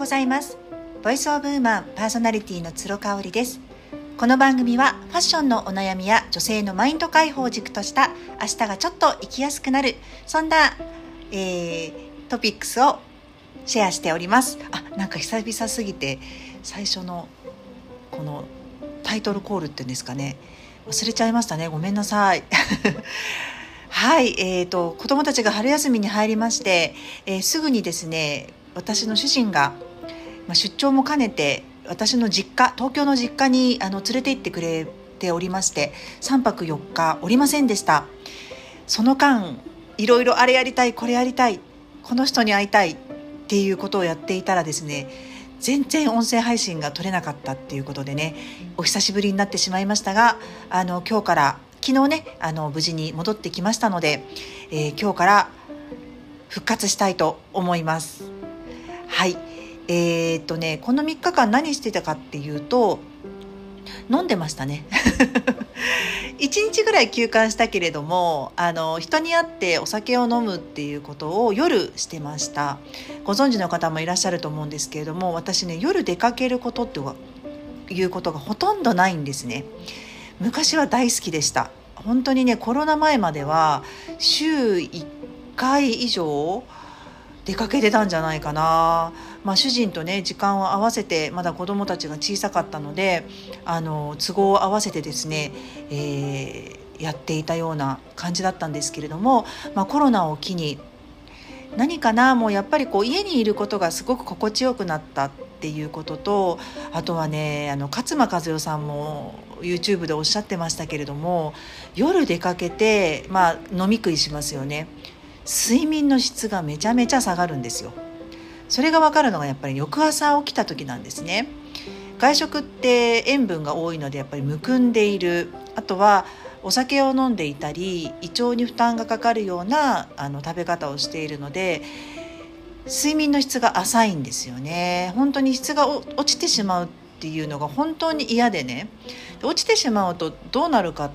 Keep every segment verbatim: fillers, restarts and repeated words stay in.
ございます。ボイスオブウーマンパーソナリティの鶴香織です。この番組はファッションのお悩みや女性のマインド解放を軸とした明日がちょっと生きやすくなる、そんな、えー、トピックスをシェアしております。あ、なんか久々すぎて最初のこのタイトルコールっていうんですかね、忘れちゃいましたね。ごめんなさいはい、えーと、子供たちが春休みに入りまして、えー、すぐにですね、私の主人が、まあ、出張も兼ねて私の実家、東京の実家にあの連れて行ってくれておりまして、さんぱくよっかおりませんでした。その間いろいろあれやりたいこれやりたい、この人に会いたいっていうことをやっていたらですね、全然音声配信が取れなかったっていうことでね、お久しぶりになってしまいましたが、あの今日から昨日ね、あの無事に戻ってきましたので、えー、今日から復活したいと思います。はい、えー、っとねこのみっかかん何してたかっていうと、飲んでましたねいちにちぐらい休館したけれども、あの人に会ってお酒を飲むっていうことを夜してました。ご存知の方もいらっしゃると思うんですけれども、私ね、夜出かけることっていうことがほとんどないんですね。昔は大好きでした。本当にね、コロナ前までは週いっかい以上出かけてたんじゃないかな。まあ、主人とね時間を合わせて、まだ子供たちが小さかったので、あの都合を合わせてですね、えー、やっていたような感じだったんですけれども、まあ、コロナを機に何かな、もうやっぱりこう家にいることがすごく心地よくなったっていうことと、あとはね、あの勝間和代さんも YouTube でおっしゃってましたけれども、夜出かけて、まあ、飲み食いしますよね。睡眠の質がめちゃめちゃ下がるんですよ。それが分かるのがやっぱり翌朝起きた時なんですね。外食って塩分が多いのでやっぱりむくんでいる、あとはお酒を飲んでいたり胃腸に負担がかかるようなあの食べ方をしているので、睡眠の質が浅いんですよね。本当に質が落ちてしまうっていうのが本当に嫌でね、落ちてしまうとどうなるかって、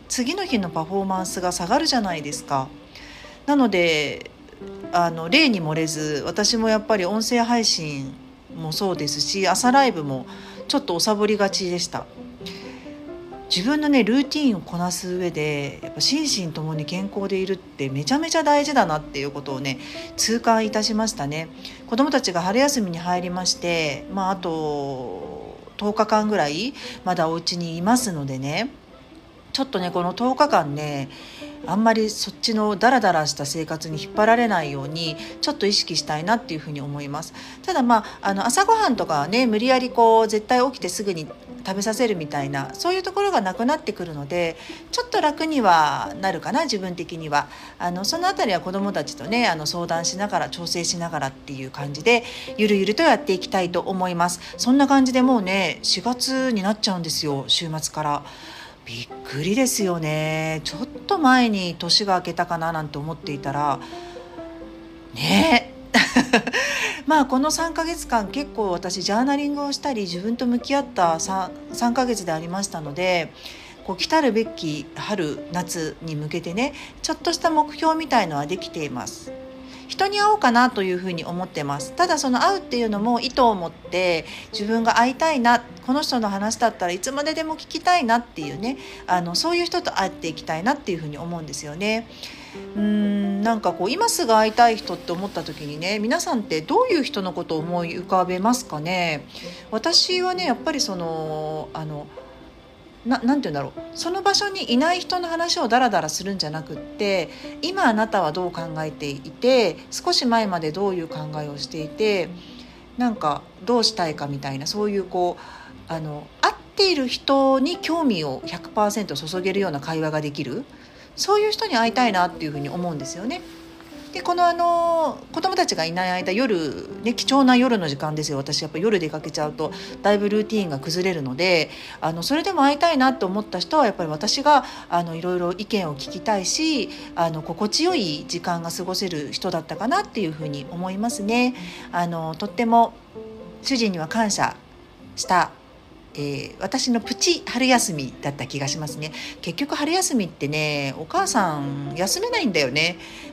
次の日のパフォーマンスが下がるじゃないですか。なのであの例に漏れず、私もやっぱり音声配信もそうですし、朝ライブもちょっとおサボりがちでした。自分のねルーティンをこなす上で、やっぱ心身ともに健康でいるってめちゃめちゃ大事だなっていうことをね痛感いたしましたね。子どもたちが春休みに入りまして、まあ、あととおかかんぐらいまだお家にいますのでね、ちょっとねこのとおかかんね、あんまりそっちのダラダラした生活に引っ張られないようにちょっと意識したいなっていうふうに思います。ただまあ、あの朝ごはんとかはね、無理やりこう絶対起きてすぐに食べさせるみたいな、そういうところがなくなってくるので、ちょっと楽にはなるかな、自分的には。あのそのあたりは子どもたちとねあの相談しながら調整しながらっていう感じでゆるゆるとやっていきたいと思います。そんな感じでもうねしがつになっちゃうんですよ、週末から。びっくりですよね。ちょっと前に年が明けたかななんて思っていたらねまあこのさんかげつかん結構私ジャーナリングをしたり自分と向き合った 3, 3ヶ月でありましたので、こう来たるべき春夏に向けてね、ちょっとした目標みたいのはできています。人に会おうかなというふうに思ってます。ただその会うっていうのも意図を持って、自分が会いたいな、この人の話だったらいつまででも聞きたいなっていうね、あのそういう人と会っていきたいなっていうふうに思うんですよね。うーんなんかこう今すぐ会いたい人って思った時にね、皆さんってどういう人のことを思い浮かべますかね。私はねやっぱりそのあのな, なんて言うんだろう、その場所にいない人の話をダラダラするんじゃなくって、今あなたはどう考えていて、少し前までどういう考えをしていて、なんかどうしたいかみたいな、そういうこうあの会っている人に興味を ひゃくパーセント 注げるような会話ができる、そういう人に会いたいなっていうふうに思うんですよね。でこのあの子供たちがいない間、夜、ね、貴重な夜の時間ですよ。私やっぱ夜出かけちゃうとだいぶルーティーンが崩れるので、あのそれでも会いたいなと思った人はやっぱり私があのいろいろ意見を聞きたいし、あの心地よい時間が過ごせる人だったかなっていうふうに思いますね。あのとっても主人には感謝したえー、私のプチ春休みだった気がしますね。結局春休みってね、お母さん休めないんだよね。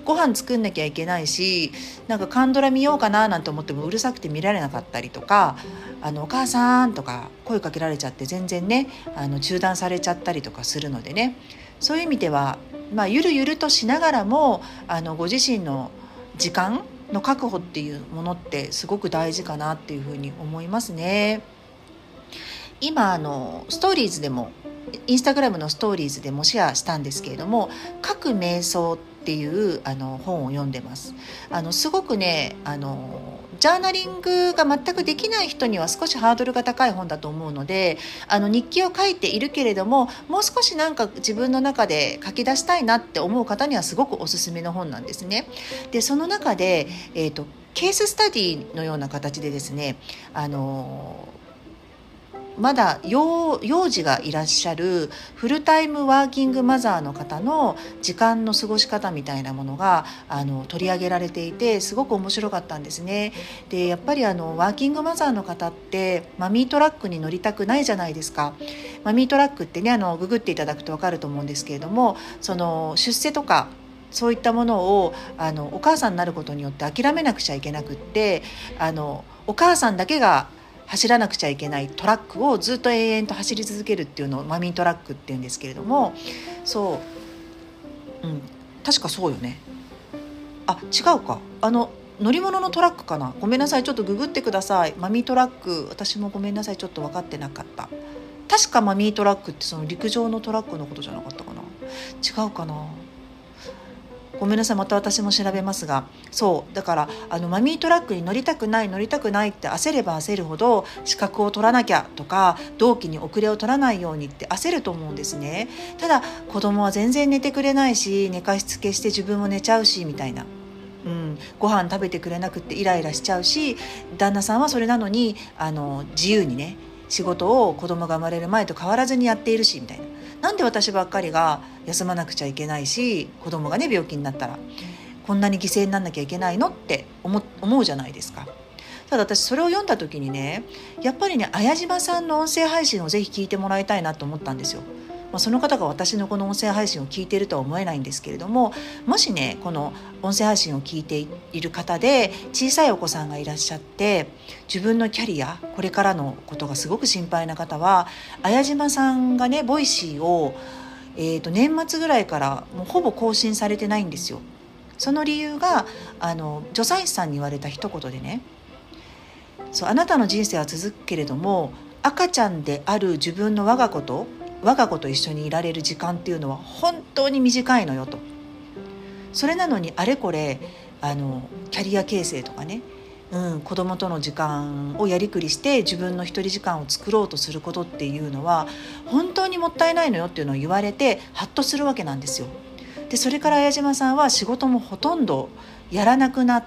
ご飯作んなきゃいけないし、なんかカンドラ見ようかななんて思ってもうるさくて見られなかったりとか、あのお母さんとか声かけられちゃって全然ねあの中断されちゃったりとかするのでね、そういう意味では、まあ、ゆるゆるとしながらもあのご自身の時間の確保っていうものってすごく大事かなっていうふうに思いますね。今あのストーリーズでもインスタグラムのストーリーズでもシェアしたんですけれども、書く瞑想っていうあの本を読んでます。あのすごくねあのジャーナリングが全くできない人には少しハードルが高い本だと思うので、あの日記を書いているけれどももう少しなんか自分の中で書き出したいなって思う方にはすごくおすすめの本なんですね。でその中で、えーと、ケーススタディのような形でですね、あのまだ 幼, 幼児がいらっしゃるフルタイムワーキングマザーの方の時間の過ごし方みたいなものがあの取り上げられていて、すごく面白かったんですね。でやっぱりあのワーキングマザーの方ってマミートラックに乗りたくないじゃないですか。マミートラックってねあのググっていただくと分かると思うんですけれども、その出世とかそういったものをあのお母さんになることによって諦めなくちゃいけなくって、あのお母さんだけが走らなくちゃいけないトラックをずっと永遠と走り続けるっていうのをマミートラックっていうんですけれども、そう、うん、確かそうよね。あ、違うか、あの乗り物のトラックかな。ごめんなさい、ちょっとググってください。マミートラック、私もごめんなさい、ちょっと分かってなかった。確かマミートラックってその陸上のトラックのことじゃなかったかな。違うかな、ごめんなさい、また私も調べますが、そうだからあのマミートラックに乗りたくない乗りたくないって焦れば焦るほど資格を取らなきゃとか同期に遅れを取らないようにって焦ると思うんですね。ただ子供は全然寝てくれないし、寝かしつけして自分も寝ちゃうしみたいな、うん、ご飯食べてくれなくってイライラしちゃうし、旦那さんはそれなのにあの自由にね仕事を子供が生まれる前と変わらずにやっているしみたいな、なんで私ばっかりが休まなくちゃいけないし、子供がね病気になったらこんなに犠牲にならなきゃいけないのって思う、思うじゃないですか。ただ私それを読んだ時にね、やっぱりね綾島さんの音声配信をぜひ聞いてもらいたいなと思ったんですよ。まあ、その方が私のこの音声配信を聞いているとは思えないんですけれども、もしねこの音声配信を聞いている方で小さいお子さんがいらっしゃって自分のキャリアこれからのことがすごく心配な方は、綾島さんがねボイシーを、えーと、年末ぐらいからもうほぼ更新されてないんですよ。その理由があの助産師さんに言われた一言でね、そうあなたの人生は続くけれども赤ちゃんである自分の我が子と我が子と一緒にいられる時間っていうのは本当に短いのよと。それなのにあれこれあのキャリア形成とかね、うん、子供との時間をやりくりして自分の一人時間を作ろうとすることっていうのは本当にもったいないのよっていうのを言われてハッとするわけなんですよ。でそれから綾島さんは仕事もほとんどやらなくなって、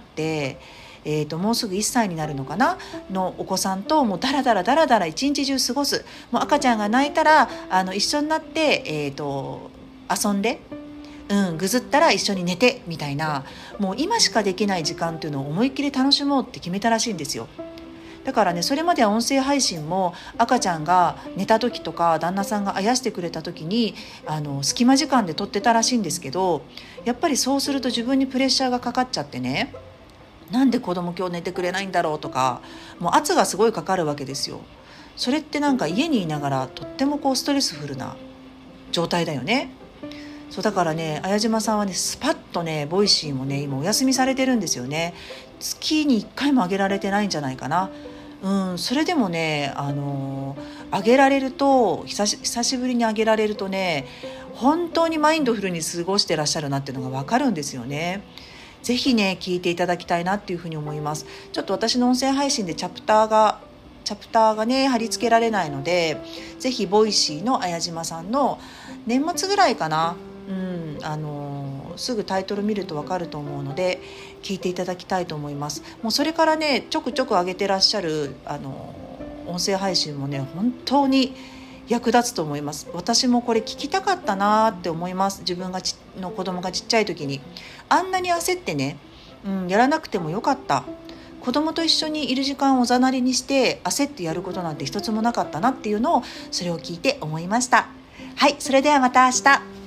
えー、ともうすぐいっさいになるのかなのお子さんともうダラダラダラダラ一日中過ごす。もう赤ちゃんが泣いたらあの一緒になって、えー、と遊んで、うん、ぐずったら一緒に寝てみたいな、もう今しかできない時間っていうのを思いっきり楽しもうって決めたらしいんですよ。だからねそれまでは音声配信も赤ちゃんが寝た時とか旦那さんがあやしてくれた時にあの隙間時間で撮ってたらしいんですけど、やっぱりそうすると自分にプレッシャーがかかっちゃってね、なんで子供今日寝てくれないんだろうとか、もう圧がすごいかかるわけですよ。それってなんか家にいながらとってもこうストレスフルな状態だよね。そうだからね綾島さんはねスパッとねボイシーもね今お休みされてるんですよね。月にいっかいも上げられてないんじゃないかな。うん、それでもねあのー、上げられると久し、久しぶりに上げられるとね本当にマインドフルに過ごしてらっしゃるなっていうのが分かるんですよね。ぜひね聞いていただきたいなっていうふうに思います。ちょっと私の音声配信でチャプターがチャプターがね貼り付けられないので、ぜひボイシーの綾島さんの年末ぐらいかな、うん、あのー、すぐタイトル見ると分かると思うので聞いていただきたいと思います。もうそれからねちょくちょく上げてらっしゃる、あのー、音声配信もね本当に役立つと思います。私もこれ聞きたかったなって思います。自分がちの子供がちっちゃい時にあんなに焦ってね、うん、やらなくてもよかった。子供と一緒にいる時間をおざなりにして焦ってやることなんて一つもなかったなっていうのをそれを聞いて思いました。はい、それではまた明日。